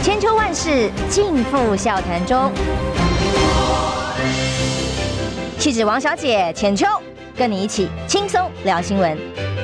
千秋万世尽付笑谈中。气质王小姐浅秋，跟你一起轻松聊新闻。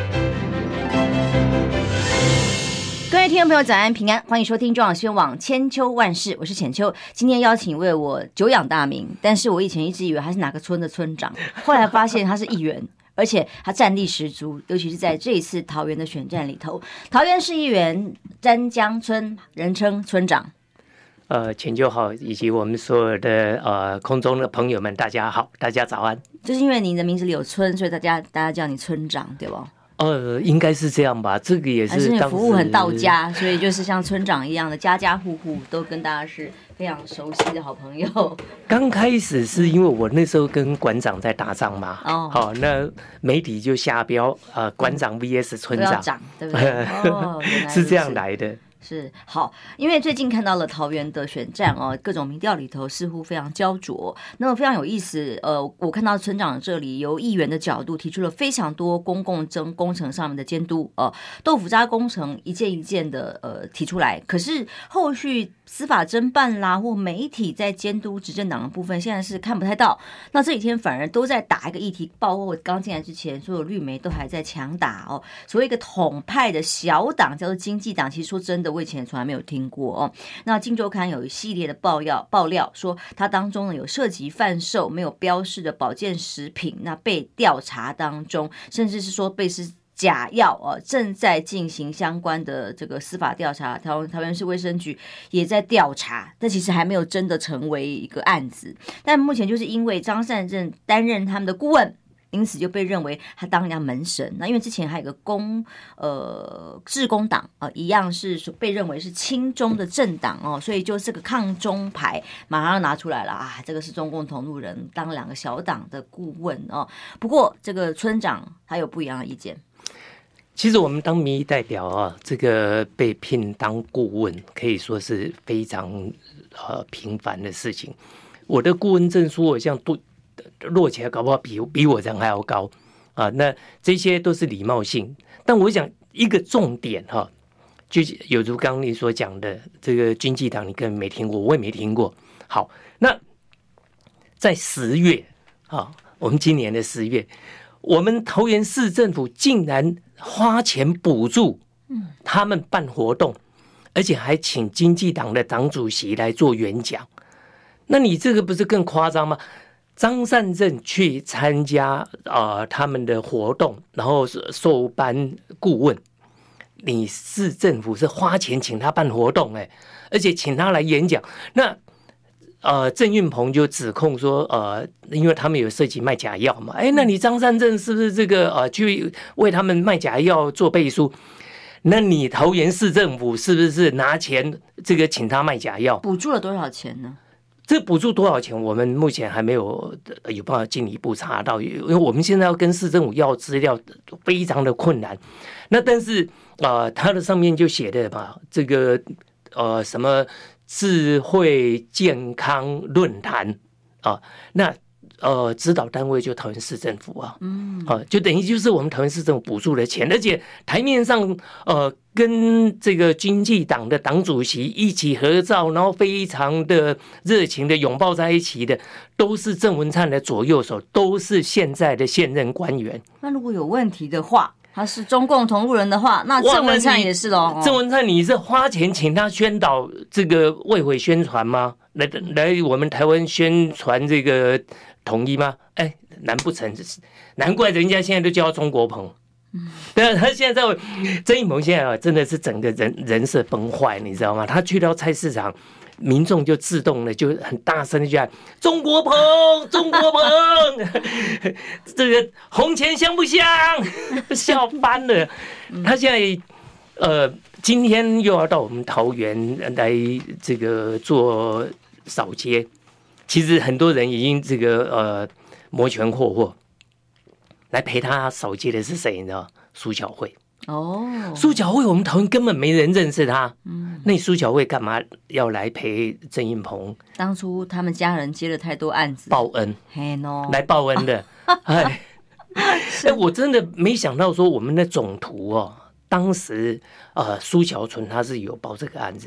各位听众朋友，早安平安，欢迎收听中广新闻网千秋万世，我是浅秋。今天邀请一位我久仰大名，但是我以前一直以为他是哪个村的村长，后来发现他是议员。而且他战力十足，尤其是在这一次桃园的选战里头，桃园市议员詹江村，人称村长。 浅秋好，以及我们所有的空中的朋友们，大家好，大家早安。 就是因为你的名字里有村，所以大家叫你村长，对不？ 应该是这样吧。这个也是， 还是你服务很到家，所以就是像村长一样的，家家户户都跟大家是非常熟悉的好朋友。 刚开始是因为我那时候跟馆长在打仗嘛，好，那媒体就下标馆长 VS 村长， 对不对？ 是这样来的。 是好，因为最近看到了桃园的选战哦，各种民调里头似乎非常焦灼。那么非常有意思，我看到村长这里由议员的角度提出了非常多公共工程上面的监督，豆腐渣工程一件一件的提出来，可是后续司法侦办啦，或媒体在监督执政党的部分，现在是看不太到。那这几天反而都在打一个议题，包括我刚进来之前，所有绿媒都还在强打哦。所谓一个统派的小党叫做经济党，其实说真的，我以前从来没有听过哦。那《镜周刊》有一系列的爆料说，它当中呢有涉及贩售没有标示的保健食品，那被调查当中，甚至是说被是假药正在进行相关的这个司法调查，桃园市卫生局也在调查，但其实还没有真的成为一个案子。但目前就是因为张善政担任他们的顾问，因此就被认为他当人家门神。那因为之前还有一个志工党一样是被认为是亲中的政党所以就这个抗中牌马上拿出来了啊，这个是中共同路人当两个小党的顾问不过这个村长他有不一样的意见。 其实我们当民意代表这个被聘当顾问可以说是非常平凡的事情。我的顾问证书，我像落起来搞不好比我人还要高那这些都是礼貌性。但我想一个重点就有如刚刚你所讲的这个经济党，你根本没听过，我也没听过。好，那在10月我们今年的10月，我们桃园市政府竟然花钱补助他们办活动，而且还请经济党的党主席来做演讲。那你这个不是更夸张吗？张善政去参加他们的活动，然后受颁顾问，你市政府是花钱请他办活动而且请他来演讲。那郑运鹏就指控说因为他们有涉及卖假药嘛，那你张善政是不是这个去为他们卖假药做背书？那你桃园市政府是不是拿钱这个请他卖假药？ 补助了多少钱呢？ 这补助多少钱，我们目前还没有办法进一步查到，因为我们现在要跟市政府要资料非常的困难。那但是它的上面就写的嘛，这个什么智慧健康论坛那指导单位就桃园市政府就等于就是我们桃园市政府补助的钱，而且台面上跟这个经济党的党主席一起合照，然后非常的热情的拥抱在一起的，都是郑文灿的左右手，都是现在的现任官员。 那如果有问题的话，他是中共同路人的话，那郑文灿也是咯。 郑文灿你是花钱请他宣导这个卫毁宣传吗？来我们台湾宣传这个统一吗？难不成难怪人家现在都叫中国鹏。对，他现在郑运鹏现在真的是整个人设崩坏，你知道吗？他去到菜市场，民众就自动的就很大声的就喊中国鹏，中国鹏，这个红钱香不香？笑翻了。他现在今天又要到我们桃园来这个做扫街，其实很多人已经这个摩拳霍霍。来陪他扫街的是谁？你知道？苏巧慧。苏巧慧，我们桃园根本没人认识他。那苏巧慧干嘛要来陪郑运鹏？ 当初他们家人接了太多案子， 报恩，来报恩的。我真的没想到说我们的总图当时苏巧纯他是有报这个案子。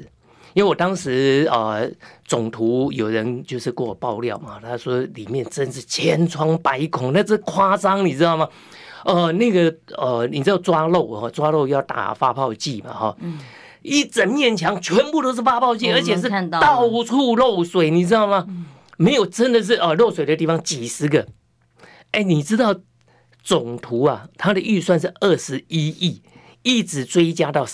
因为我当时总图有人就是给我爆料嘛，他说里面真是千疮百孔，那这夸张，你知道吗？那个你知道抓漏要打发泡剂嘛哈，一整面墙全部都是发泡剂，而且是到处漏水，你知道吗？没有，真的是漏水的地方几十个。哎，你知道总图啊，它的预算是21亿，一直追加到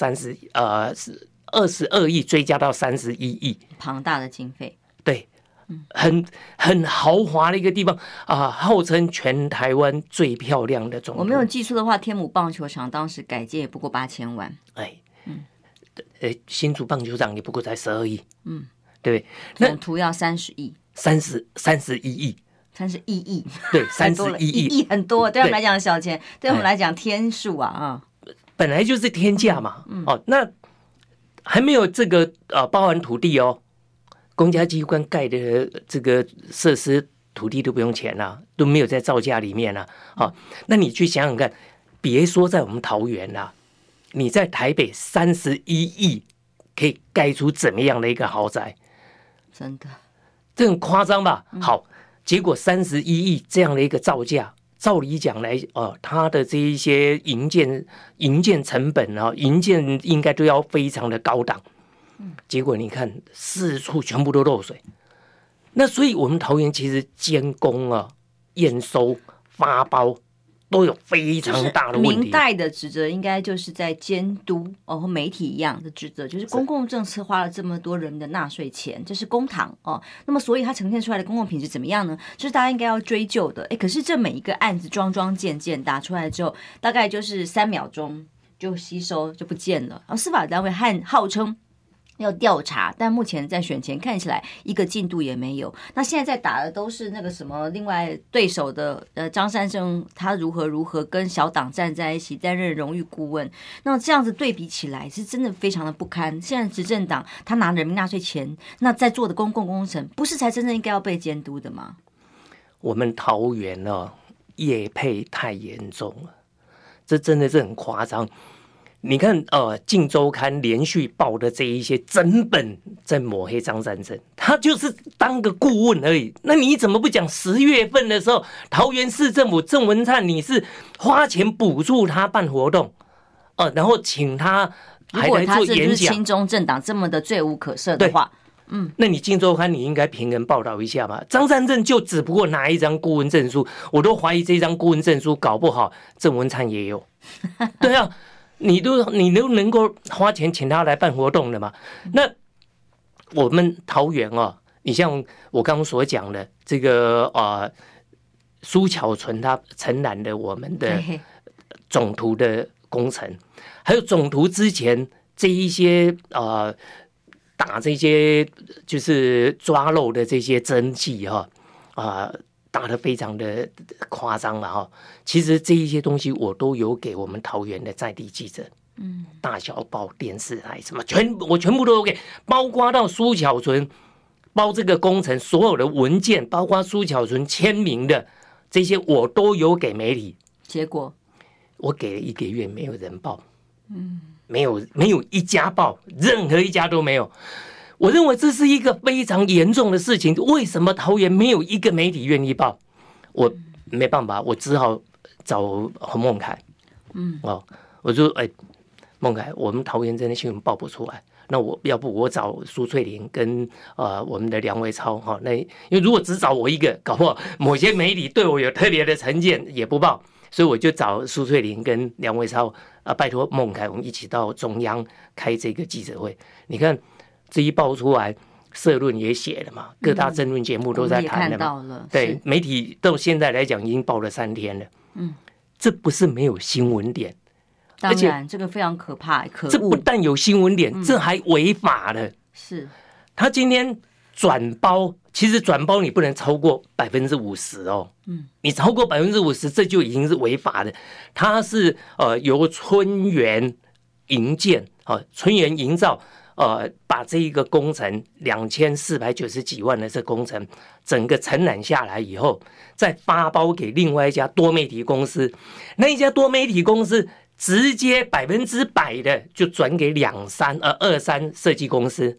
22亿，追加到31亿， 庞大的经费。 对，很豪华的一个地方啊，号称全台湾最漂亮的总图。 我没有记错的话，天母棒球场当时改建也不过8000万。 新竹棒球场也不过才12亿，对不对？ 总图要30亿 ，31亿。 31亿， 对，31亿， 1亿很多，对他们来讲小钱，对我们来讲天数啊， 本来就是天价嘛，那还没有这个包含土地哦，公家机关盖的这个设施土地都不用钱啦，都没有在造价里面啦，那你去想想看，别说在我们桃园啦，你在台北31亿可以盖出怎么样的一个豪宅？ 真的， 这很夸张吧？好。结果31亿这样的一个造价，照理讲来，它的这一些营建成本啊，营建应该都要非常的高档。结果你看四处全部都漏水，那所以我们桃园其实监工啊、验收、发包都有非常大的问题。 明代的职责应该就是在监督和媒体一样的职责，就是公共政策花了这么多人民的纳税钱，这是公帑那么所以它呈现出来的公共品质怎么样呢？这是大家应该要追究的。可是这每一个案子桩件打出来之后，大概就是3秒钟就吸收就不见了。然后司法单位号称要调查，但目前在选前看起来一个进度也没有。那现在在打的都是那个什么，另外对手的张善政，他如何跟小党站在一起担任荣誉顾问，那这样子对比起来是真的非常的不堪。现在执政党他拿人民纳税钱，那在做的公共工程，不是才真正应该要被监督的吗？ 我们桃园业配太严重了，这真的是很夸张。你看，镜周刊连续报的这一些，整本在抹黑张善政，他就是当个顾问而已。那你怎么不讲10月份的时候，桃园市政府郑文灿你是花钱补助他办活动，然后请他还来做演讲。如果他是就是亲中政党这么的罪无可赦的话， 那你镜周刊你应该平衡报道一下嘛。张善政就只不过拿一张顾问证书，我都怀疑这张顾问证书搞不好郑文灿也有。对啊。你都能够花钱请他来办活动的嘛？那我们桃园你像我刚刚所讲的这个苏巧纯他承揽了我们的总图的工程，还有总图之前这一些打这些就是抓漏的这些针剂打得非常的夸张了其实这一些东西我都有给我们桃园的在地记者，大小报、电视台什么我全部都有给，包括到苏巧纯包这个工程所有的文件，包括苏巧纯签名的这些我都有给媒体。 结果我给了1个月没有人报，没有一家报，任何一家都没有。我认为这是一个非常严重的事情，为什么桃园没有一个媒体愿意报？我没办法，我只好找洪孟凯。我说孟凯，我们桃园真的新闻报不出来，那要不我找苏翠玲跟我们的梁维超那因为如果只找我一个，搞不好某些媒体对我有特别的成见也不报，所以我就找苏翠玲跟梁维超拜托孟凯，我们一起到中央开这个记者会。你看。这一爆出来，社论也写了嘛，各大政论节目都在谈了嘛。对，媒体到现在来讲已经报了3天了。这不是没有新闻点， 当然这个非常可怕，可恶。 这不但有新闻点，这还违法了。 是， 他今天转包，其实转包你不能超过50%你超过50%，这就已经是违法的。它是由春园营建春园营造。把这一个工程2490几万的这工程整个承揽下来以后，再发包给另外一家多媒体公司，那一家多媒体公司直接100%的就转给23设计公司，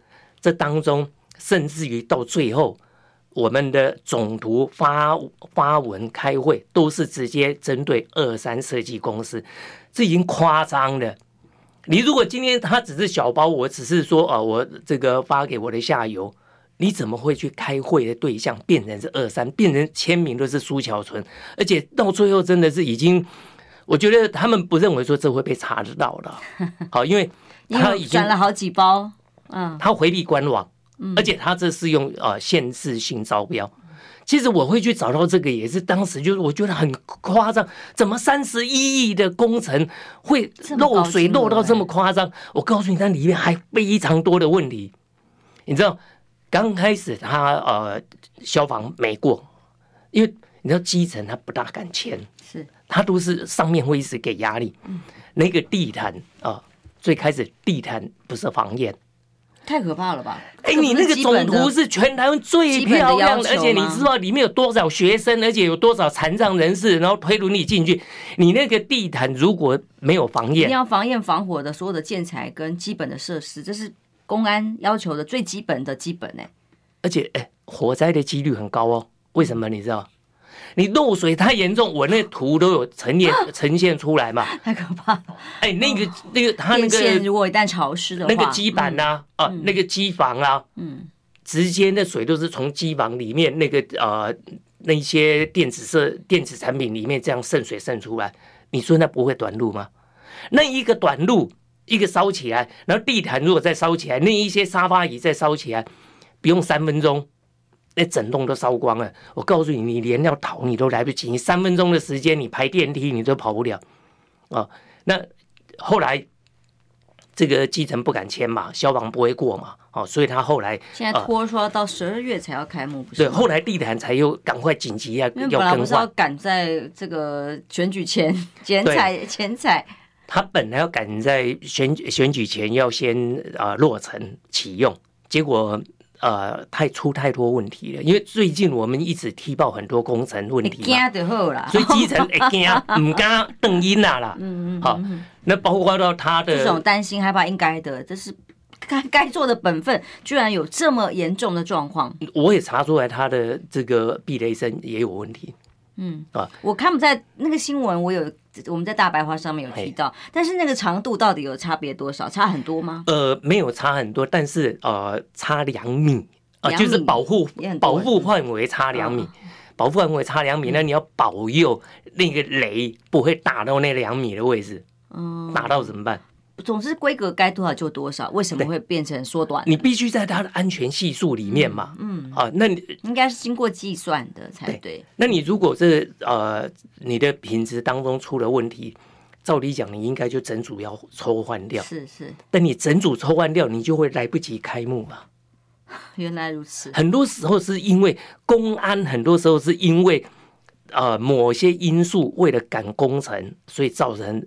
这当中甚至于到最后，我们的总图发文开会都是直接针对23设计公司，这已经夸张了。你如果今天他只是小包，我只是说我这个发给我的下游，你怎么会去开会的对象变成是23，变成签名都是苏巧纯，而且到最后真的是已经，我觉得他们不认为说这会被查得到的，好，因为他已经转了好几包， 他回避官网，而且他这是用限制性招标。其实我会去找到这个，也是当时就是我觉得很夸张，怎么31亿的工程会漏水漏到这么夸张？我告诉你，它里面还非常多的问题。你知道，刚开始他消防没过，因为你知道基层他不大敢签， 是他都是上面会一直给压力。那个地毯最开始地毯不是防烟。 太可怕了吧！ 你那个总图是全台湾最漂亮的，而且你知道里面有多少学生，而且有多少残障人士，然后推轮椅进去。你那个地毯如果没有防烟， 一定要防烟防火的所有的建材跟基本的设施，这是公安要求的最基本的基本而且火灾的几率很高哦。为什么你知道？你漏水太严重，我那图都有呈现出来嘛， 太可怕了。 那个他那个如果一旦潮湿的话， 那个基板啊，那个机房啊，直接那水都是从机房里面那个那些电子产品里面这样渗水渗出来，你说那不会短路吗？那一个短路，一个烧起来，然后地毯如果再烧起来，那一些沙发椅再烧起来，不用3分钟。那整栋都烧光了，我告诉你，你连要逃你都来不及，你3分钟的时间，你排电梯你都跑不了那后来这个基层不敢签嘛，消防不会过嘛，所以他后来现在拖说到12月才要开幕，不是对，后来地毯才又赶快紧急要更换， 因为本来不是要赶在这个选举前剪彩， 他本来要赶在选举前要先落成启用，结果。出太多问题了，因为最近我们一直踢爆很多工程问题嘛， 就好啦， 所以基层会惊，唔敢动音啦。好，那包括到他的这种担心害怕，应该的，这是该做的本分，居然有这么严重的状况。 我也查出来他的这个避雷针也有问题。 我看不在那个新闻，我们在大白话上面有提到，但是那个长度到底有差别多少？差很多吗？ 没有差很多，但是差2米就是保护范围差2米，保护范围差2米，那你要保佑那个雷不会打到那2米的位置，打到怎么办？ 总之规格该多少就多少，为什么会变成缩短？ 你必须在它的安全系数里面嘛。那你应该是经过计算的才对。 那你如果你的品质当中出了问题，照理讲你应该就整组要抽换掉。 是。 但你整组抽换掉，你就会来不及开幕嘛。 原来如此。 很多时候是因为公安，很多时候是因为某些因素为了赶工程，所以造成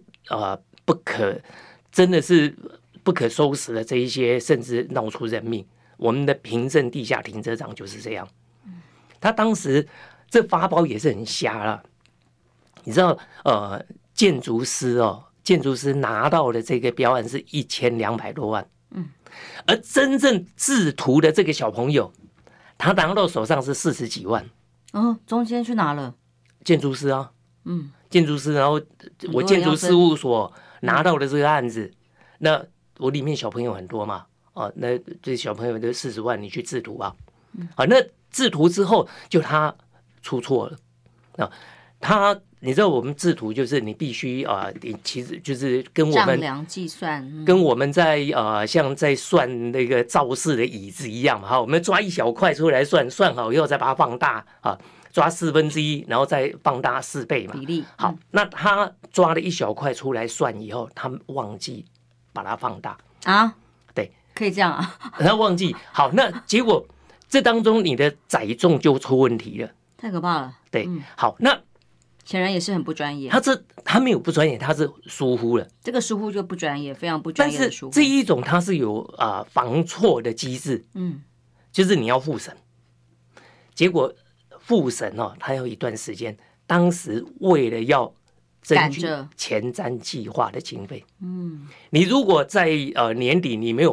真的是不可收拾的这一些，甚至闹出人命。我们的平镇地下停车场就是这样。他当时这发包也是很瞎啦，你知道建筑师拿到的这个标案是1200多万，而真正制图的这个小朋友，他拿到手上是40几万。 中间去哪了？ 建筑师啊，建筑师，然后我建筑事务所拿到的这个案子，那我里面小朋友很多嘛，那这小朋友的40万，你去制图啊，那制图之后就他出错了，你知道我们制图就是你必须你其实就是跟我们丈量计算， 跟我们在像在算那个造势的椅子一样嘛，好，我们抓一小块出来算好以后再把它放大抓1/4，然后再放大4倍嘛， 比例。 好，那他抓了一小块出来算以后，他忘记把它放大啊？ 对， 可以这样啊？ 他忘记。好，那结果这当中你的载重就出问题了， 太可怕了。 对，好，那显然也是很不专业。 他没有不专业，他是疏忽了。 这个疏忽就不专业，非常不专业的疏忽。 但是这一种它是有防错的机制，就是你要复审，结果复审他要一段时间。当时为了要争取前瞻计划的经费，你如果在年底你没有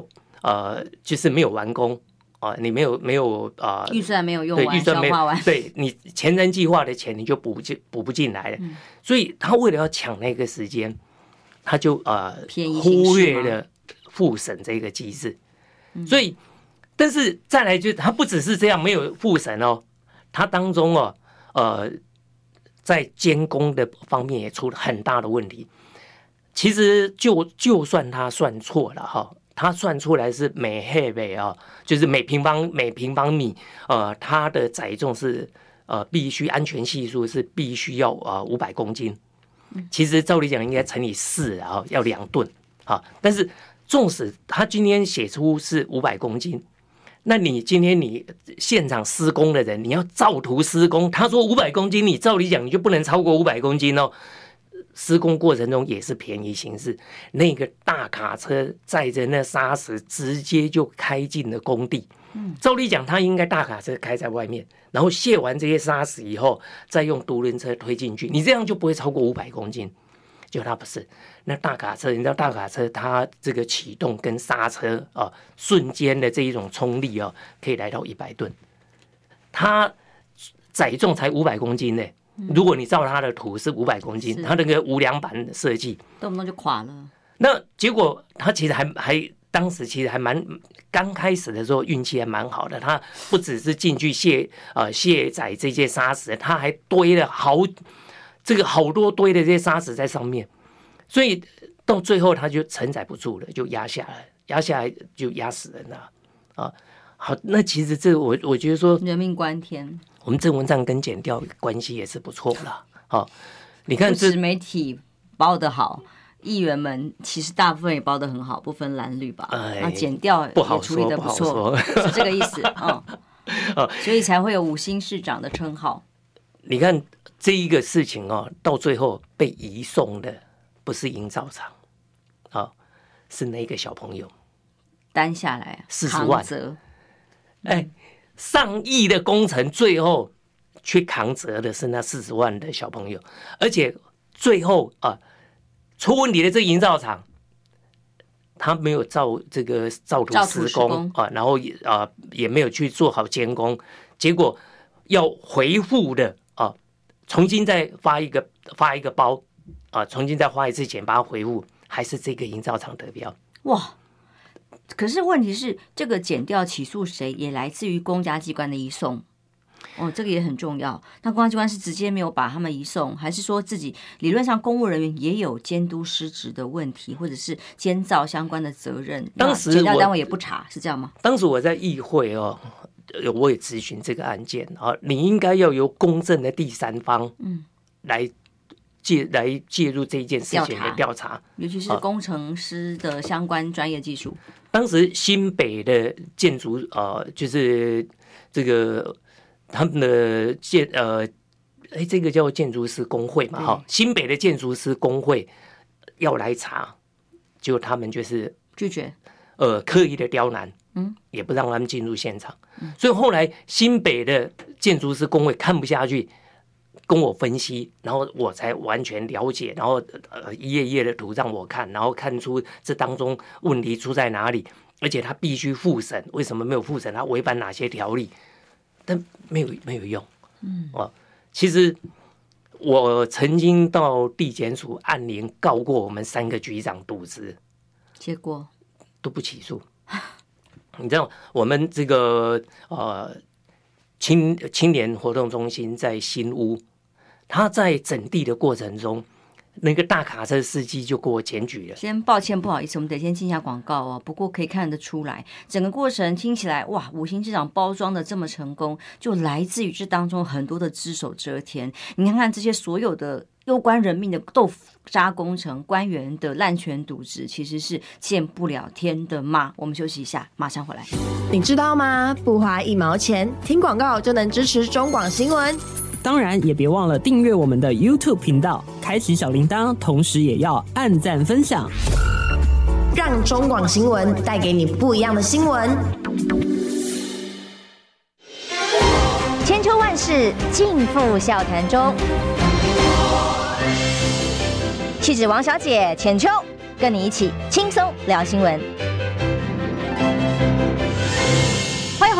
就是没有完工你没有预算没有用完， 预算没有消化完， 对你前瞻计划的钱你就补不进来了，所以他为了要抢那个时间，他就忽略了复审这个机制，所以但是再来就他不只是这样没有复审他当中在监工的方面也出了很大的问题。其实就算他算错了他算出来是每黑北就是每平方米它的载重是必须安全系数是必须要500公斤。其实照理讲应该乘以4要2吨但是纵使他今天写出是500公斤，那你今天你现场施工的人，你要照图施工，他说500公斤，你照理讲你就不能超过500公斤施工过程中也是便宜行事，那个大卡车载着那砂石直接就开进了工地。照理讲他应该大卡车开在外面，然后卸完这些砂石以后再用独轮车推进去，你这样就不会超过500公斤。就他不是，那大卡车，你知道大卡车它这个启动跟刹车瞬间的这一种冲力可以来到100吨，它载重才500公斤呢。如果你照他的图是500公斤，他那个无梁板的设计， 动不动就垮了。 那结果他其实当时其实还蛮刚开始的时候运气还蛮好的，他不只是进去卸载这些砂石，他还堆了好多堆的这些砂石在上面，所以到最后他就承载不住了，就压下来就压死人了好，那其实这我觉得说人命关天。 我们郑文灿跟检调关系也是不错啦。你看这媒体包得好，议员们其实大部分也包得很好，不分蓝绿吧。那检调也处理得不错，是这个意思所以才会有5星市长的称号。 你看这一个事情到最后被移送的不是营造厂是那个小朋友担下来 40万责。 上亿的工程，最后去扛责的是那40万的小朋友，而且最后出问题的这个营造厂，他没有照图施工然后也没有去做好监工，结果要回复的重新再发一个包重新再花一次钱把它回复，还是这个营造厂得标。 哇！可是问题是，这个检调起诉谁也来自于公家机关的移送这个也很重要。那公家机关是直接没有把他们移送，还是说自己理论上公务人员也有监督失职的问题，或者是监造相关的责任？ 当时检调单位也不查，是这样吗？ 当时我在议会我也咨询这个案件你应该要由公正的第三方来介入这一件事情的调查， 尤其是工程师的相关专业技术。 当时新北的建筑就是这个他们的这个叫建筑师工会嘛新北的建筑师工会要来查，结果他们就是拒绝， 刻意的刁难，也不让他们进入现场，所以后来新北的建筑师工会看不下去，跟我分析，然后我才完全了解，然后一页一页的图让我看，然后看出这当中问题出在哪里，而且他必须复审，为什么没有复审？他违反哪些条例？但没有用，其实我曾经到地检署按铃告过我们3个局长渎职， 结果都不起诉。你知道我们这个青年活动中心在新屋，他在整地的过程中，那个大卡车司机就给我检举了。 先抱歉，不好意思，我们得先进下广告不过可以看得出来，整个过程听起来哇，5星市长包装的这么成功，就来自于这当中很多的只手遮天。你看看这些所有的攸关人命的豆腐渣工程，官员的滥权渎职，其实是见不了天的骂。我们休息一下，马上回来。 你知道吗？不花1毛钱，听广告就能支持中广新闻。 当然也别忘了订阅我们的 YouTube 频道，开启小铃铛，同时也要按赞分享， 让中广新闻带给你不一样的新闻。 千秋万世尽付笑谈中，气质王小姐浅秋，跟你一起轻松聊新闻。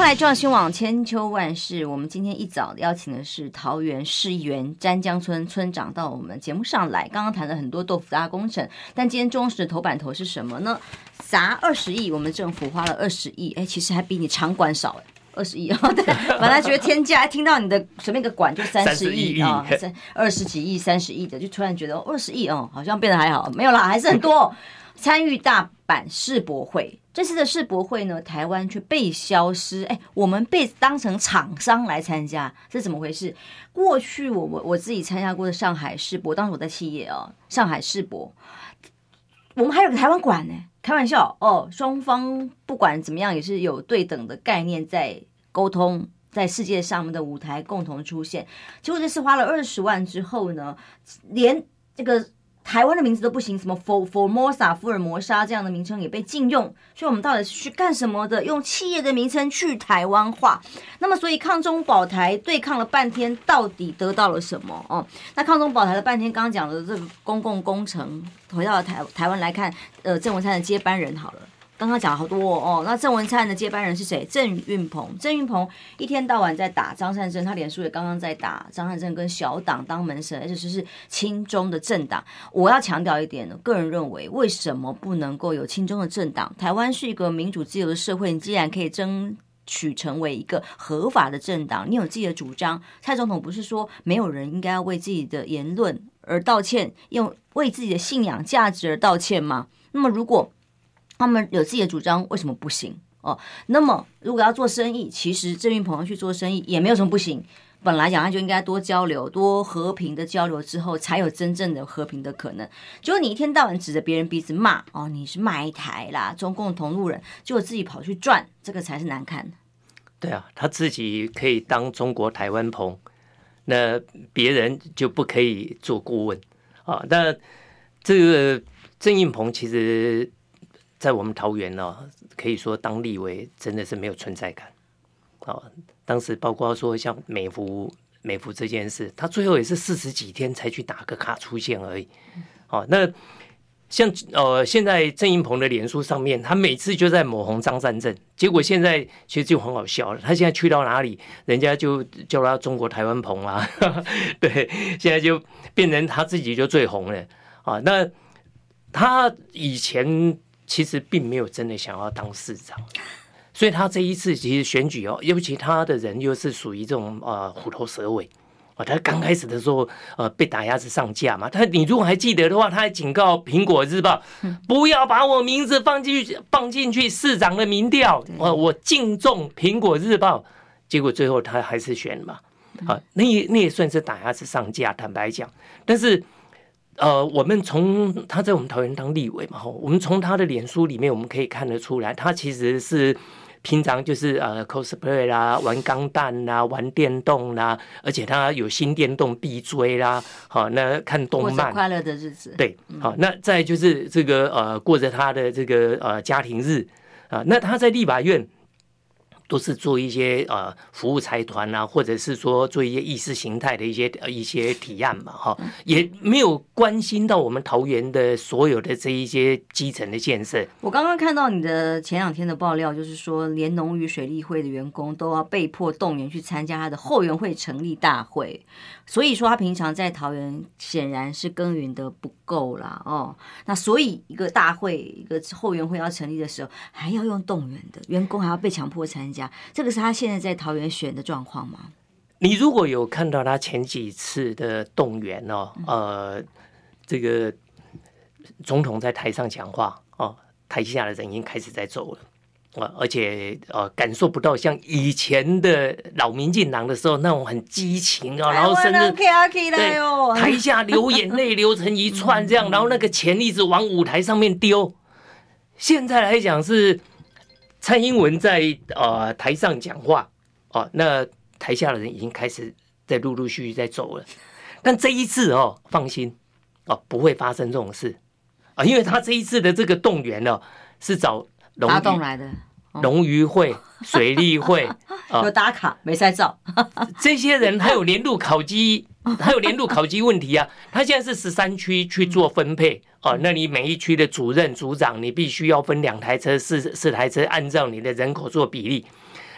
回来，中央新闻网千秋万事。我们今天一早邀请的是桃园市议员詹江村村长到我们节目上来。刚刚谈了很多豆腐渣工程，但今天中时的头版头是什么呢？砸20亿，我们政府花了20亿，其实还比你场馆少20亿哦。对，本来觉得天价，听到你的随便一个馆就30亿啊，20几亿、30亿的，就突然觉得20亿哦，好像变得还好，没有啦，还是很多。参与大阪世博会，这次的世博会呢，台湾却被消失。我们被当成厂商来参加，这是怎么回事？过去我自己参加过的上海世博，当时我在企业上海世博，我们还有个台湾馆呢。开玩笑哦，双方不管怎么样也是有对等的概念在沟通，在世界上面的舞台共同出现。结果这次花了20万之后呢，连这个台湾的名字都不行，什么 Formosa 福尔摩沙这样的名称也被禁用，所以我们到底是去干什么的？用企业的名称去台湾化。那么所以抗中保台对抗了半天，到底得到了什么？那抗中保台了半天，刚刚讲的这个公共工程，回到台湾来看，郑文灿的接班人好了。刚刚讲了好多那郑文灿的接班人是谁？郑运鹏。郑运鹏一天到晚在打张善政，他脸书也刚刚在打张善政跟小党当门神，而且是亲中的政党。我要强调一点呢，个人认为为什么不能够有亲中的政党？台湾是一个民主自由的社会，你既然可以争取成为一个合法的政党，你有自己的主张。蔡总统不是说没有人应该要为自己的言论而道歉，用为自己的信仰价值而道歉吗？那么如果他们有自己的主张，为什么不行？那么如果要做生意，其实郑运鹏要去做生意也没有什么不行。本来讲他就应该多交流，多和平的交流之后，才有真正的和平的可能。结果你一天到晚指着别人鼻子骂你是卖台啦，中共同路人，结果自己跑去赚，这个才是难看的。 对啊，他自己可以当中国台湾棚，那别人就不可以做顾问啊。那这个郑运鹏其实在我们桃园可以说当立委真的是没有存在感当时包括说像美孚这件事，他最后也是40几天才去打个卡出现而已。那像现在郑运鹏的脸书上面，他每次就在抹红张善政，结果现在其实就很好笑了。他现在去到哪里，人家就叫他中国台湾棚啊，对，现在就变成他自己就最红了那他以前其实并没有真的想要当市长，所以他这一次其实选举尤其他的人又是属于这种虎头蛇尾他刚开始的时候被打压是上架嘛，你如果还记得的话，他还警告苹果日报不要把我名字放进去市长的民调我敬重苹果日报，结果最后他还是选嘛那也算是打压是上架，坦白讲。但是我们从他在我们桃园当立委嘛，我们从他的脸书里面我们可以看得出来，他其实是平常就是cosplay 啦，玩钢弹啦，玩电动啦，而且他有新电动必追啦，那看动漫，过着快乐的日子。 对，那再就是这个过着他的这个家庭日那他在立法院都是做一些服务财团啊，或者是说做一些意识形态的一些提案嘛，也没有关心到我们桃园的所有的这一些基层的建设。 我刚刚看到你的前2天的爆料，就是说连农渔水利会的员工都要被迫动员去参加他的后援会成立大会，所以说他平常在桃园显然是耕耘的不够啦那所以一个大会一个后援会要成立的时候，还要用动员的员工，还要被强迫参加。这个是他现在在桃园选的状况吗？ 你如果有看到他前几次的动员这个总统在台上讲话台下的人已经开始在走了而且感受不到像以前的老民进党的时候那种很激情然后甚至对台下流眼泪流成一串这样，然后那个钱一直往舞台上面丢。现在来讲是蔡英文在台上讲话那台下的人已经开始在陆陆续续在走了。但这一次放心不会发生这种事因为他这一次的这个动员是找打动来的农渔会、水利会有打卡没晒照这些人还有年度考绩问题啊。他现在是13区去做分配那你每一区的主任组长你必须要分2台车4台车，按照你的人口做比例。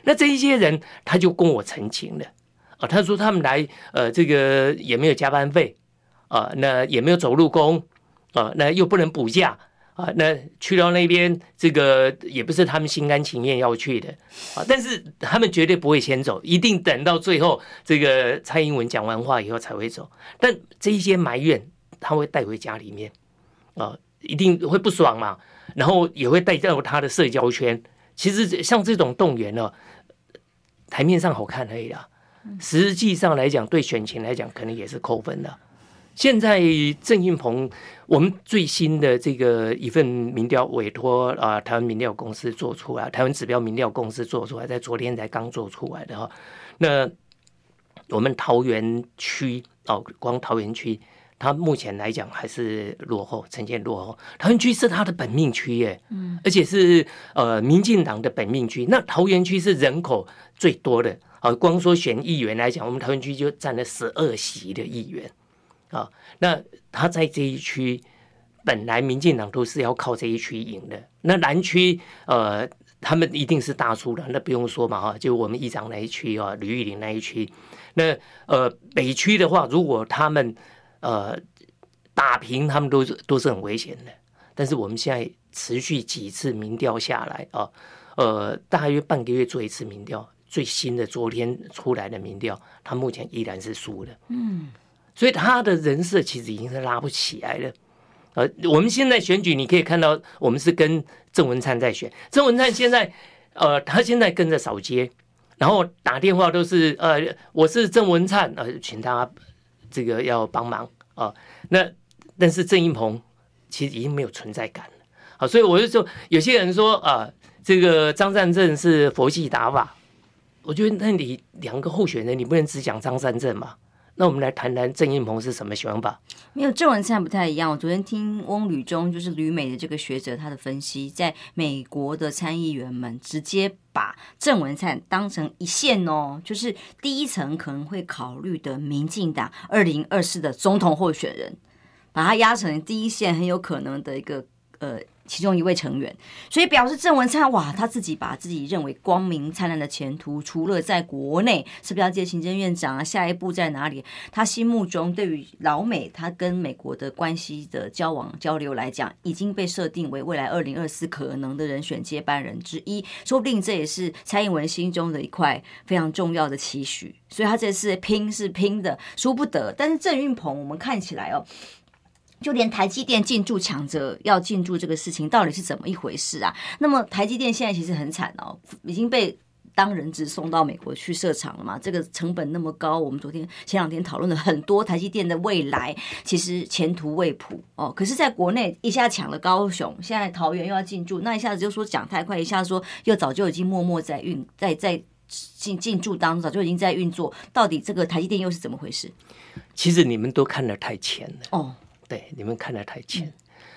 那这一些人他就跟我澄清了他说他们来这个也没有加班费那也没有走路工那又不能补假那去到那边这个也不是他们心甘情愿要去的但是他们绝对不会先走，一定等到最后这个蔡英文讲完话以后才会走。但这一些埋怨他会带回家里面一定会不爽嘛，然后也会带到他的社交圈。其实像这种动员台面上好看而已啦，实际上来讲对选情来讲可能也是扣分的。现在郑运鹏，我们最新的这个一份民调委托台湾民调公司做出来，台湾指标民调公司做出来，在昨天才刚做出来的那我们桃园区光桃园区，它目前来讲还是落后，呈现落后。桃园区是它的本命区耶，而且是民进党的本命区。那桃园区是人口最多的光说选议员来讲，我们桃园区就占了12席的议员。那他在这一区本来民进党都是要靠这一区赢的，那南区他们一定是大输的，那不用说嘛就我们议长那一区吕玉玲那一区。那北区的话，如果他们打平，他们都是很危险的。但是我们现在持续几次民调下来大约半个月做一次民调，最新的昨天出来的民调，他目前依然是输的。所以他的人设其实已经是拉不起来了。我们现在选举，你可以看到，我们是跟郑文灿在选。郑文灿现在，他现在跟着扫街，然后打电话都是我是郑文灿，请他这个要帮忙但是郑运鹏其实已经没有存在感了所以我就说，有些人说这个张善政是佛系打法，我觉得那你两个候选人，你不能只讲张善政嘛？那我们来谈谈郑运鹏是什么想法？ 没有，郑文灿不太一样。我昨天听翁履中，就是旅美的这个学者，他的分析，在美国的参议员们直接把郑文灿当成一线就是第一层可能会考虑的民进党2024的总统候选人，把他压成第一线，很有可能的一个其中一位成员，所以表示郑文灿他自己把自己认为光明灿烂的前途，除了在国内是不是要接行政院长下一步在哪里？他心目中对于老美他跟美国的关系的交往交流来讲，已经被设定为未来2024可能的人选接班人之一，说不定这也是蔡英文心中的一块非常重要的期许。所以他这次拼是拼的，输不得。但是郑运鹏我们看起来就连台积电进驻抢着要进驻这个事情到底是怎么一回事啊？那么台积电现在其实很惨已经被当人质送到美国去设厂了嘛，这个成本那么高，我们前两天讨论了很多台积电的未来其实前途未卜可是在国内一下抢了高雄，现在桃园又要进驻，那一下子就说讲太快，一下子说又早就已经默默在进驻当中，早就已经在运作，到底这个台积电又是怎么回事？ 其实你们都看得太浅了对，你们看得太浅。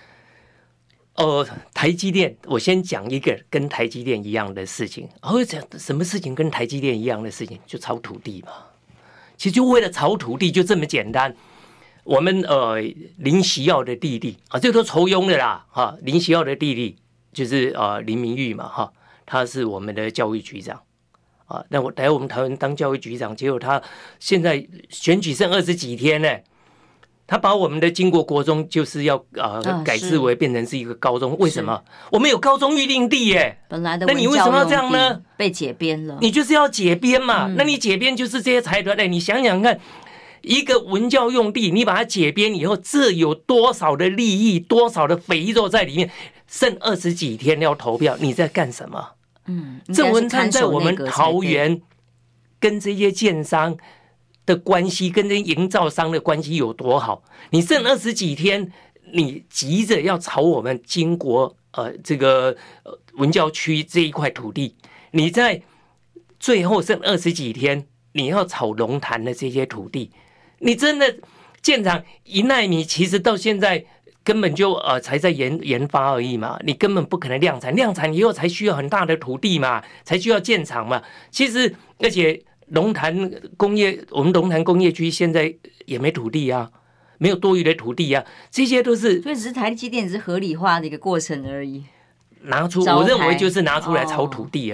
台积电，我先讲一个跟台积电一样的事情。讲什么事情跟台积电一样的事情？就炒土地嘛。其实就为了炒土地，就这么简单。我们林锡耀的弟弟这都酬庸的啦林锡耀的弟弟就是林明玉嘛他是我们的教育局长那我来我们台湾当教育局长，结果他现在选举剩20几天呢。他把我们的经国国中就是要改制为变成是一个高中，为什么？我们有高中预定地耶， 本来的那你为什么要这样呢？ 被解编了， 你就是要解编嘛。那你解编就是这些财团你想想看，一个文教用地，你把它解编以后，这有多少的利益，多少的肥肉在里面？剩20几天要投票，你在干什么？郑文灿在我们桃园跟这些建商的关系跟这营造商的关系有多好？你剩20几天，你急着要炒我们经国这个文教区这一块土地，你在最后剩20几天，你要炒龙潭的这些土地，你真的建厂1奈米，其实到现在根本就才在研发而已嘛，你根本不可能量产，量产以后才需要很大的土地嘛，才需要建厂嘛。其实而且龙潭工业，我们龙潭工业区现在也没土地啊，没有多余的土地啊，这些都是， 所以只是台积电只是合理化的一个过程而已。 拿出，我认为就是拿出来炒土地而已。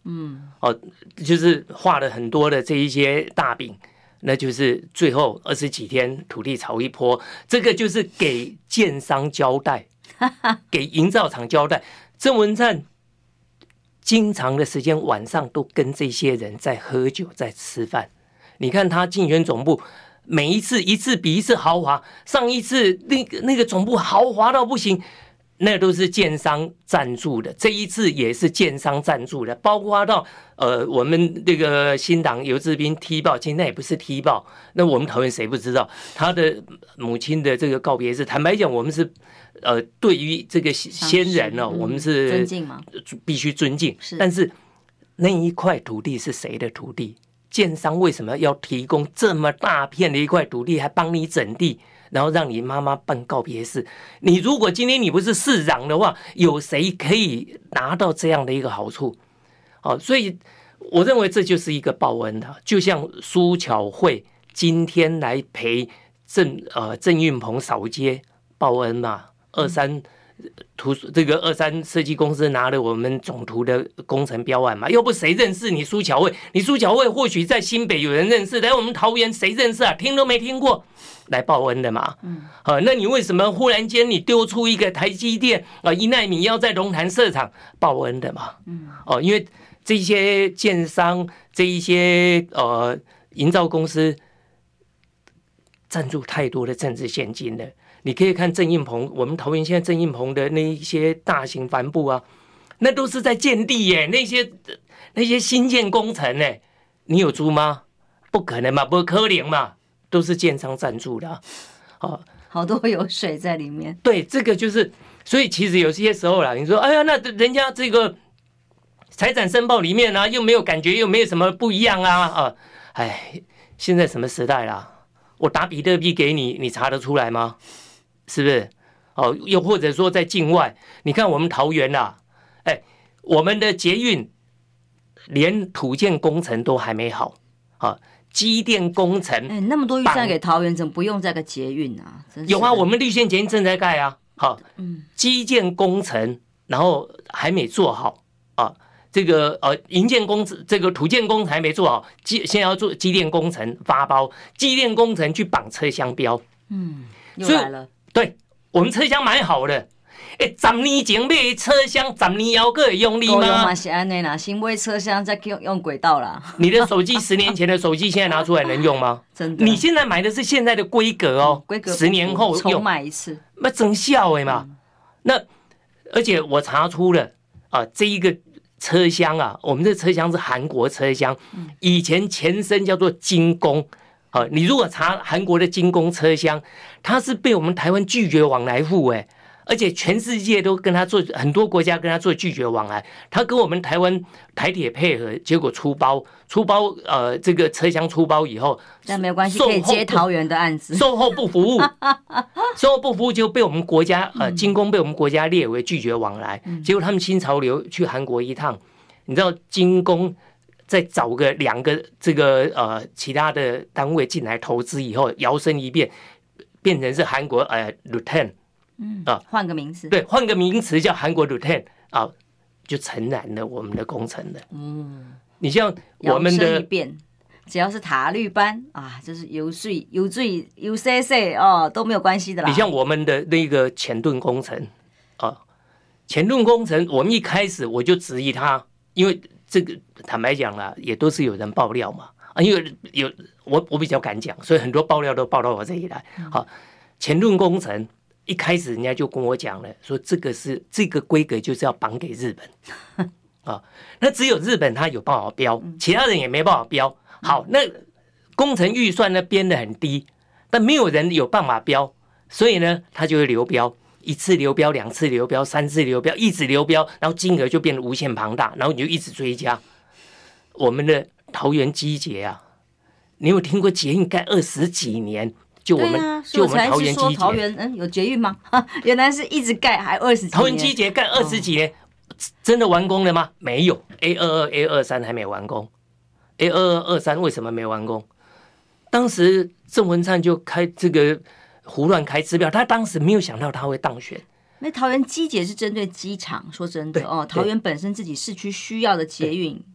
就是画了很多的这一些大饼，那就是最后20几天土地炒一波，这个就是给建商交代，给营造厂交代。郑文灿经常的时间晚上都跟这些人在喝酒，在吃饭。你看他竞选总部，每一次比一次豪华，上一次那个总部豪华到不行，那都是建商赞助的，这一次也是建商赞助的，包括到我们这个新党游志斌踢爆，其实那也不是踢爆，那我们桃园谁不知道他的母亲的这个告别式？坦白讲，我们是对于这个先人呢，我们是尊敬嘛， 必须尊敬。但是那一块土地是谁的土地？建商为什么要提供这么大片的一块土地，还帮你整地？然后让你妈妈办告别式，你如果今天你不是市长的话，有谁可以拿到这样的一个好处？所以我认为这就是一个报恩的，就像苏巧慧今天来陪郑运鹏扫街报恩嘛，23设计公司拿了我们总图的工程标案嘛，又不谁认识你苏巧慧？你苏巧慧或许在新北有人认识，来我们桃园谁认识啊？听都没听过。来报恩的嘛，那你为什么忽然间你丢出一个台积电1奈米要在龙潭设厂报恩的嘛？因为这些建商、这一些营造公司赞助太多的政治现金了。你可以看郑运鹏，我们桃园现在郑运鹏的那一些大型帆布啊，那都是在建地耶，那些新建工程呢，你有租吗？不可能嘛，不可能嘛。都是建商赞助的好多有水在里面。 对，这个就是，所以其实有些时候啦，你说，哎呀，那人家这个财产申报里面啊，又没有感觉，又没有什么不一样啊，现在什么时代啦？我打比特币给你，你查得出来吗？是不是？又或者说在境外，你看我们桃园啦，我们的捷运连土建工程都还没好机电工程， 那么多预算给桃园，怎么不用这个捷运啊？ 有啊，我们绿线捷运正在盖啊。基建工程，然后还没做好啊。这个营建工程，这个土建工程还没做好，现在要做机电工程发包，机电工程去绑车厢标。 又来了。 对，我们车厢买好了。10年前买车厢，10年后可以用力吗？ 嘛是安尼啦，新买车厢再用轨道啦。 你的手机10年前的手机，现在拿出来能用吗？ 真的。 你现在买的是现在的规格哦， 规格 10年后重买一次， 那真效嘛。那而且我查出了这一个车厢啊，我们这车厢是韩国车厢，以前前身叫做精工。你如果查韩国的精工车厢，它是被我们台湾拒绝往来户而且全世界都跟他做，很多国家跟他做拒绝往来。他跟我们台铁配合，结果出包，这个车厢出包以后， 但没有关系，可以接桃园的案子。 售后不服务，售后不服务就被我们国家精工被我们国家列为拒绝往来。结果他们新潮流去韩国一趟，你知道精工再找个2个这个其他的单位进来投资以后，摇身一变，变成是韩国Rutan。 换个名词， 对，换个名词叫韩国 Rutan 就承揽了我们的工程了。你像我们的， 只要是塔绿班就是油水都没有关系的啦。 你像我们的那个前盾工程前盾工程，我们一开始我就质疑他，因为这个坦白讲啦，也都是有人爆料嘛因为我比较敢讲，所以很多爆料都报到我这里来。前盾工程。一开始人家就跟我讲了，说这个规格就是要绑给日本那只有日本他有办法标，其他人也没办法标。好，那工程预算呢编得很低，但没有人有办法标，所以呢他就会流标，1次流标、2次流标、3次流标，一直流标，然后金额就变得无限庞大，然后你就一直追加。我们的桃园机捷你有听过捷运盖20几年？就我们桃园机捷， 桃园有捷运吗？原来是一直盖，还20几年。 桃园机捷盖20几年，真的完工了吗？没有 ，A22、A23 还没完工。A22、23为什么没完工？当时郑文灿就胡乱开支票，他当时没有想到他会当选。 那桃园机捷是针对机场，说真的桃园本身自己市区需要的捷运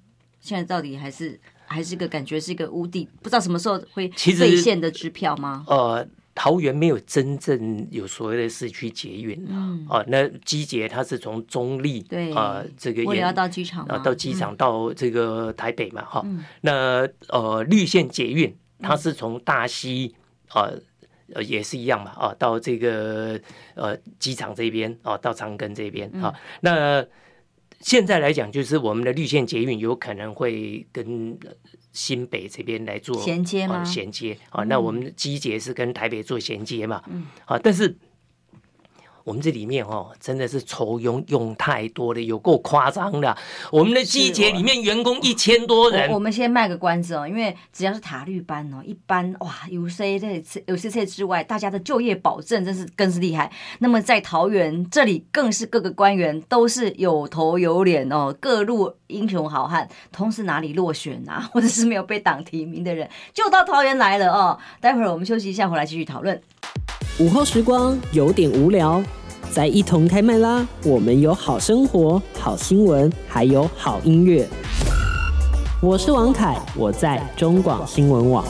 现在到底还是个感觉是一个无底，不知道什么时候会兑现的支票吗？ 桃园没有真正有所谓的市区捷运那机捷它是从中立对这个为了要到机场到机场到这个台北嘛那绿线捷运它是从大溪也是一样嘛到这个机场这边到长庚这边那现在来讲，就是我们的绿线捷运有可能会跟新北这边来做衔接吗？ 衔接那我们机捷是跟台北做衔接嘛但是我们这里面真的是酬庸用太多了，有够夸张的。我们的机捷里面员工1000多人。 我们先卖个关子因为只要是塔绿班一般哇，UCC 之外，大家的就业保证更是厉害。那么在桃园这里，更是各个官员都是有头有脸各路英雄好汉。同时哪里落选或者是没有被党提名的人，就到桃园来了待会儿我们休息一下，回来继续讨论。 午后时光有点无聊，再一同开麦啦！我们有好生活、好新闻，还有好音乐。我是王凯，我在中广新闻网。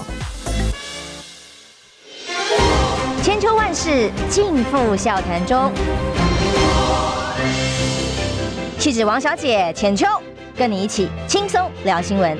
千秋万世尽付笑谈中。气质王小姐浅秋，跟你一起轻松聊新闻。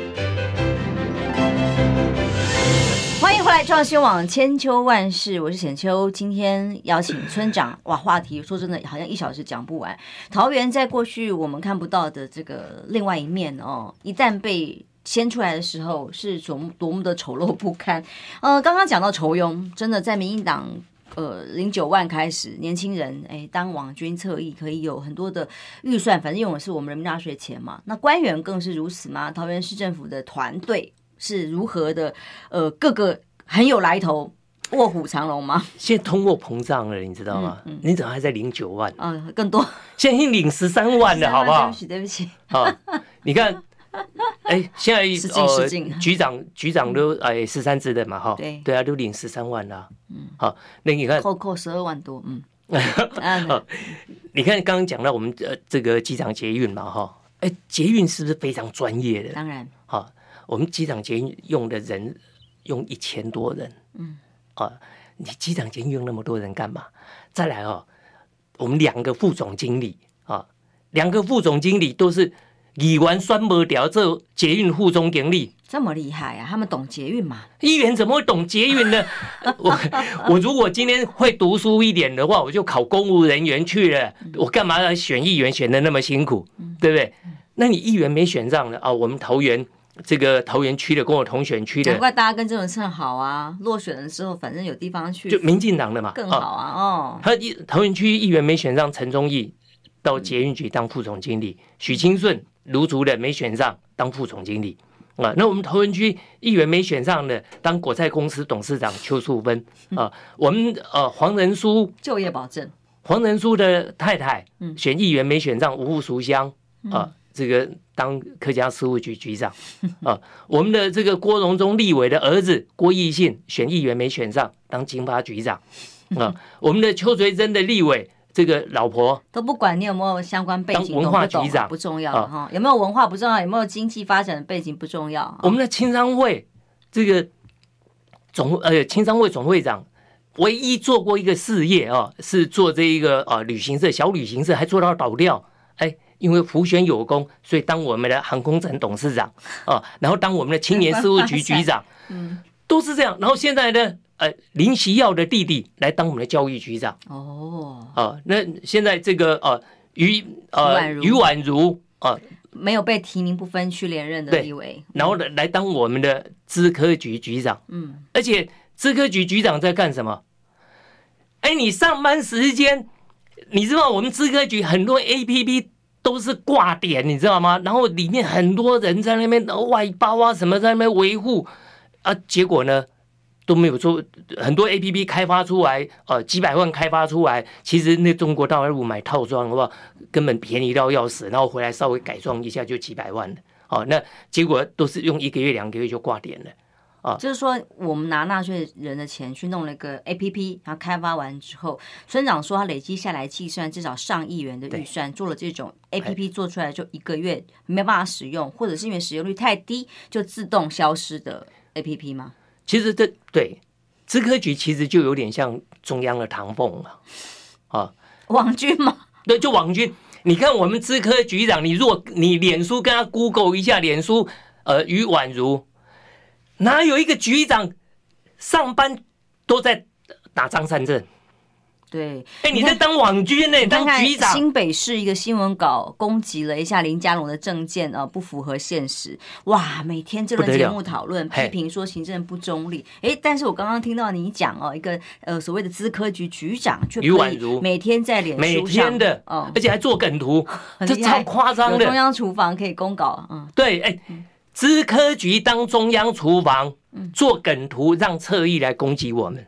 欢迎回来，中央新闻网千秋万世，我是浅秋。今天邀请村长，哇，话题说真的好像1小时讲不完。桃园在过去我们看不到的这个另外一面一旦被掀出来的时候，是多么的丑陋不堪。刚刚讲到酬庸，真的在民进党09万开始，年轻人当网军侧翼可以有很多的预算，反正用的是我们人民纳税钱嘛。那官员更是如此吗？桃园市政府的团队是如何的各个很有来头，卧虎藏龙吗？ 现在通货膨胀了，你知道吗？你怎么还在09万？ 更多， 现在已经领13万了，好不好？ 对不起。 你看，现在失敬局长都13职的嘛，对啊，都领13万了。好，那你看扣12万多， 你看刚刚讲到我们这个机场捷运嘛，捷运是不是非常专业的？ 当然， 我们机场捷运用的人用1000多人，你机场捷运用那么多人干嘛？再来我们2个副总经理2个副总经理都是议员选不掉这捷运副总经理， 这么厉害啊！他们懂捷运嘛？ 议员怎么会懂捷运呢？我如果今天会读书一点的话，我就考公务人员去了。我干嘛要选议员选的那么辛苦，对不对？那你议员没选上了我们桃园区的跟我同选区的， 难怪大家跟郑文灿好啊！落选的时候，反正有地方去， 就民进党的嘛， 更好他桃园区议员没选上，陈忠义到捷运局当副总经理，许清顺卢竹人没选上当副总经理那我们桃园区议员没选上的，当果菜公司董事长邱淑芬我们黄仁书就业保证， 黄仁书的太太选议员没选上，吴淑香这个当客家事务局局长我们的这个郭荣忠立委的儿子郭义信选议员没选上，当经发局长我们的邱垂珍的立委这个老婆都不管你有没有相关背景， 当文化局长不重要有没有文化不重要，有没有经济发展的背景不重要我们的青商会这个青商会总会长唯一做过一个事业是做这一个旅行社，小旅行社，还做到倒掉因为福选有功，所以当我们的航空城董事长然后当我们的青年事务局局长都是这样。然后现在呢林锡耀的弟弟来当我们的教育局长那现在这个于婉如没有被提名不分区连任的立委， 然后来当我们的资科局局长而且资科局局长在干什么？你上班时间，你知道我们资科局很多 APP 都是挂点，你知道吗？然后里面很多人在那边外包什么在那边维护结果呢都没有做。很多 APP 开发出来几百万开发出来，其实那中国大陆买套装的话根本便宜到要死，然后回来稍微改装一下就几百万了那结果都是用1个月2个月就挂点了就是说，我们拿纳税人的钱去弄了一个 APP， 然后开发完之后，村长说他累积下来计算至少上亿元的预算，做了这种 APP 做出来就1个月没办法使用，或者是因为使用率太低就自动消失的 APP 吗？ 其实对资科局其实就有点像中央的唐凤啊， 网军吗？ 对，就网军。你看我们资科局长，如果你脸书跟他 Google 一下，脸书于婉如。哪有一个局长上班都在打张善政？ 对， 你在当网军呢，当局长。 新北市一个新闻稿攻击了一下林佳龙的政见不符合现实，哇，每天这轮节目讨论批评说行政不中立。但是我刚刚听到你讲一个所谓的资科局局长却可以每天在脸书上每天的而且还做梗图，这超夸张的。 有中央厨房可以公稿， 对，资科局当中央厨房做梗图，让侧翼来攻击我们。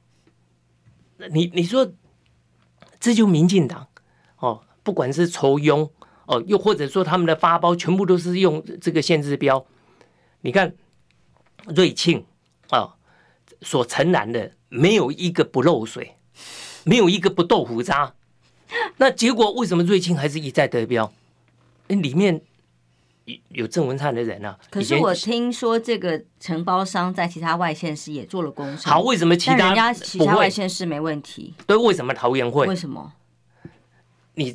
你说这就民进党不管是酬庸又或者说他们的发包，全部都是用这个限制标。你看瑞庆所承揽的没有一个不漏水，没有一个不豆腐渣。那结果为什么瑞庆还是一再得标？里面有郑文灿的人啊。 可是我听说这个承包商在其他外县市也做了工程。 好，为什么其他外县市没问题？ 对，为什么桃园会？ 为什么？ 你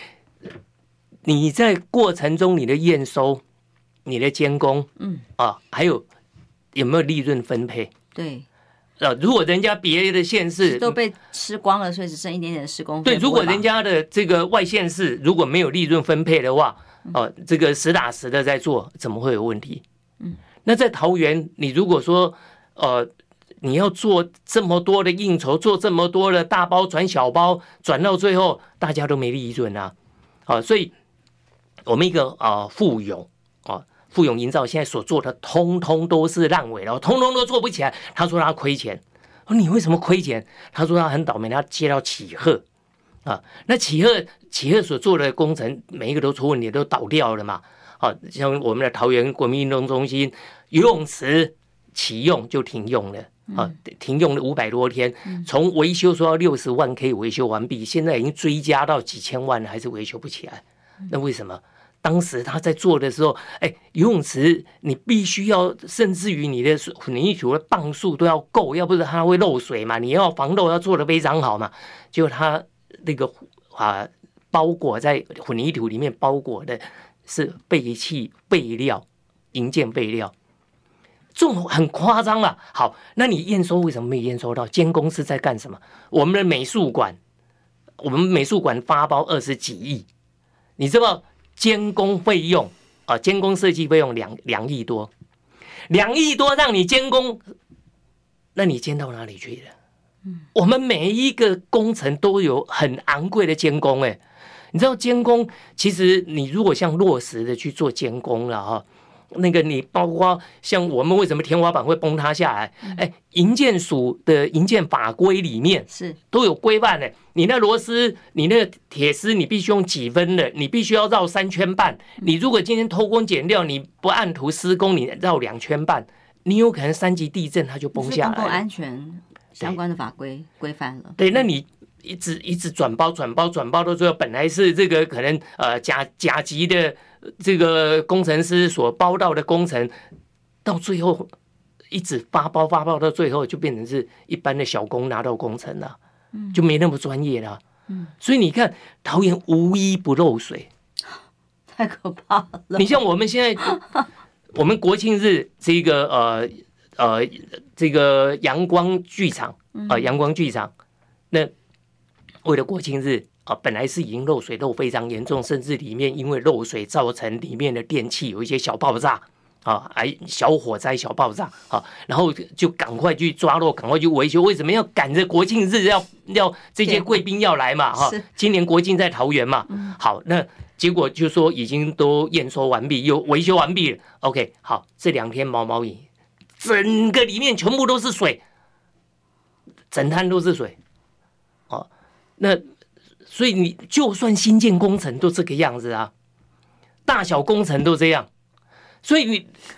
在过程中你的验收、你的监工，还有没有利润分配？ 对。 如果人家别的县市都被吃光了，所以只剩一点点施工费。 对，如果人家的这个外县市如果没有利润分配的话，这个实打实的在做，怎么会有问题？那在桃园，你如果说你要做这么多的应酬，做这么多的大包转小包，转到最后大家都没利润啊！所以我们一个富永营造现在所做的，通通都是烂尾了，通通都做不起来。他说他亏钱，你为什么亏钱？他说他很倒霉，他接到启鹤那启鹤所做的工程，每一个都出问题，都倒掉了嘛。像我们的桃园国民运动中心游泳池启用就停用了。停用了500多天，从维修说要60万可以维修完毕，现在已经追加到几千万了，还是维修不起来。那为什么？当时他在做的时候，游泳池你必须要，甚至于你的混凝土的磅数都要够，要不然它会漏水嘛。你要防漏要做得非常好嘛。结果他那个包裹在混凝土里面包裹的是废弃废料、营建废料。这种很夸张了。好，那你验收为什么没验收到？监工是在干什么？我们美术馆发包20几亿，你知道监工费用监工设计费用2亿多，2亿多让你监工，那你监到哪里去了？我们每一个工程都有很昂贵的监工你知道监工其实你如果像落实的去做监工了那个你包括像我们为什么天花板会崩塌下来？营建署的营建法规里面是都有规范的。你那螺丝、你那个铁丝，你必须用几分的，你必须要绕3圈半。你如果今天偷工减料，你不按图施工，你绕2圈半，你有可能3级地震它就崩下来了。 公共安全相关的法规规范了。 对，那你一直转包到最后，本来是这个可能甲级的这个工程师所包到的工程，到最后一直发包到最后就变成是一般的小工拿到工程了，就没那么专业了。所以你看桃园无一不漏水， 太可怕了。 你像我们现在我们国庆日这个这个阳光剧场那为了国庆日本来是已经漏水漏非常严重，甚至里面因为漏水造成里面的电器有一些小爆炸小火灾小爆炸然后就赶快去抓漏，赶快去维修。为什么要赶着国庆日要这些贵宾要来嘛今年国庆在桃园嘛好，那结果就说已经都验收完毕，又维修完毕了。OK， 好，这2天毛雨，整个里面全部都是水，整滩都是水那所以你就算新建工程都这个样子大小工程都这样。所以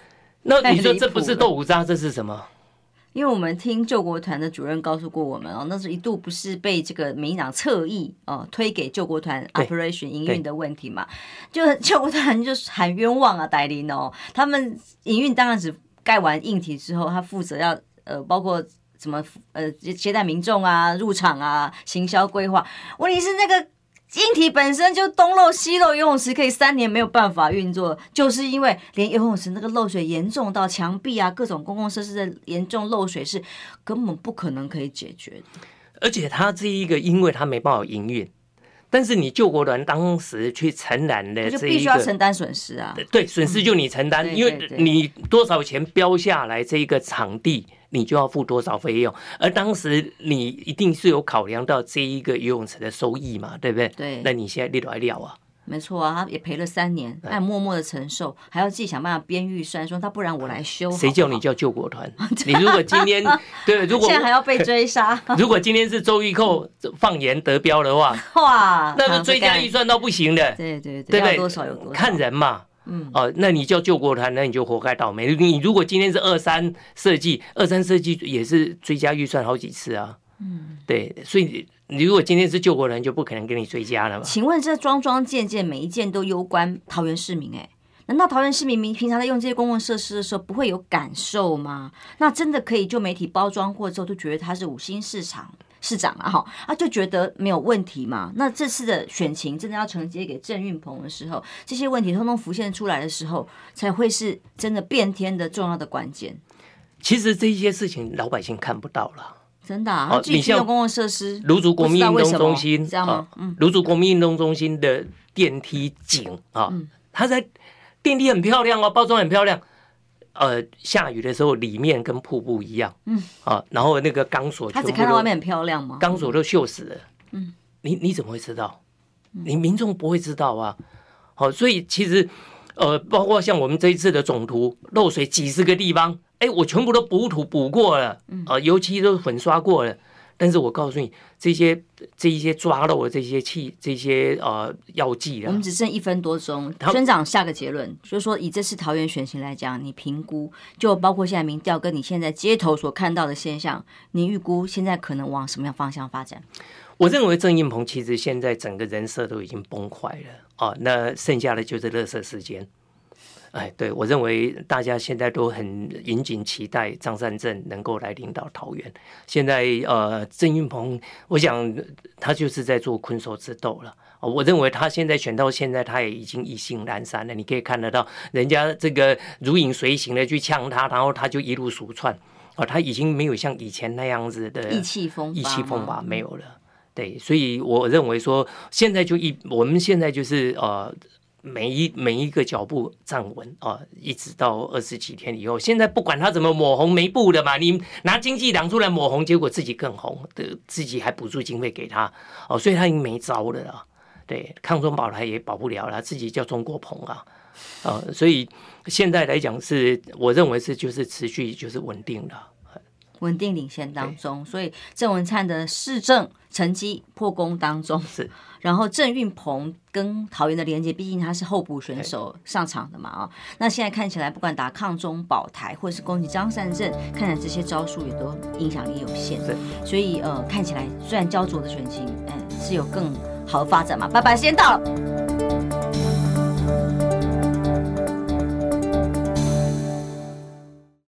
那你说这不是豆腐渣，这是什么？ 因为我们听救国团的主任告诉过我们那是一度不是被这个民进党侧翼推给救国团 operation 营运的问题嘛，就救国团就是喊冤枉啊，戴琳他们营运当然只盖完硬体之后，他负责要包括什么接待民众啊、入场啊、行销规划，问题是那个。硬体本身就东漏西漏，游泳池可以3年没有办法运作，就是因为连游泳池那个漏水严重到墙壁啊，各种公共设施的严重漏水是根本不可能可以解决的。 而且他这一个，因为他没办法营运，但是你救国团当时去承揽的这一个， 就必须要承担损失啊。 对，损失就你承担，因为你多少钱标下来这一个场地。你就要付多少费用，而当时你一定是有考量到这一个游泳池的收益嘛，对不对？ 对。 那你现在你都来料啊？ 没错啊，他也赔了3年，他默默的承受，还要自己想办法编预算，说他不然我来修。 谁叫你叫救国团？你如果今天对，如果现在还要被追杀， 如果今天是周玉蔻放言得标的话， 哇， 那是追加预算到不行的。 对对对， 要多少有多少， 看人嘛。那你叫救国团，那你就活该倒霉。你如果今天是23设计也是追加预算好几次啊。对，所以你如果今天是救国团，就不可能给你追加了嘛。 请问这桩桩件件每一件都攸关桃园市民难道桃园市民平常在用这些公共设施的时候不会有感受吗？那真的可以就媒体包装过之后，就觉得他是5星市长啊，就觉得没有问题嘛？那这次的选情真的要承接给郑运鹏的时候，这些问题通通浮现出来的时候，才会是真的变天的重要的关键。 其实这些事情老百姓看不到了， 真的啊！继续用公共设施， 芦竹国民运动中心这样吗？ 芦竹国民运动中心的电梯井它在电梯很漂亮包装很漂亮。下雨的时候里面跟瀑布一样，然后那个钢索， 他只看到外面很漂亮吗？ 钢索都锈死了，你怎么会知道？你民众不会知道啊。所以其实包括像我们这一次的总图漏水几十个地方，我全部都补土补过了，油漆都粉刷过了。但是我告诉你，这一些抓漏的这些药剂我们只剩1分多钟。村长下个结论，就是说以这次桃园选情来讲，你评估就包括现在民调跟你现在街头所看到的现象，你预估现在可能往什么样方向发展？ 我认为郑运鹏其实现在整个人设都已经崩坏了那剩下的就是垃圾时间。对，我认为大家现在都很引颈期待张善政能够来领导桃园。现在郑运鹏，我想他就是在做困兽之斗了。我认为他现在选到现在，他也已经意兴阑珊了。你可以看得到，人家这个如影随形的去呛他，然后他就一路鼠窜。他已经没有像以前那样子的意气风发没有了。对，所以我认为说，现在我们现在就是每一个脚步站稳一直到20几天以后，现在不管他怎么抹红没布的嘛，你拿经济党出来抹红，结果自己更红的，自己还补助经费给他所以他已经没招了啦。对，抗中保台也保不了了，自己叫中国棚所以现在来讲我认为就是持续就是稳定的。 稳定领先当中，所以郑文灿的市政成绩破功当中是， 然后郑运鹏跟桃园的连结，毕竟他是候补选手上场的嘛那现在看起来不管打抗中保台或者是攻击张善政，看起来这些招数也都影响力有限，所以看起来虽然焦灼的选情是有更好的发展嘛。拜拜，时间到了。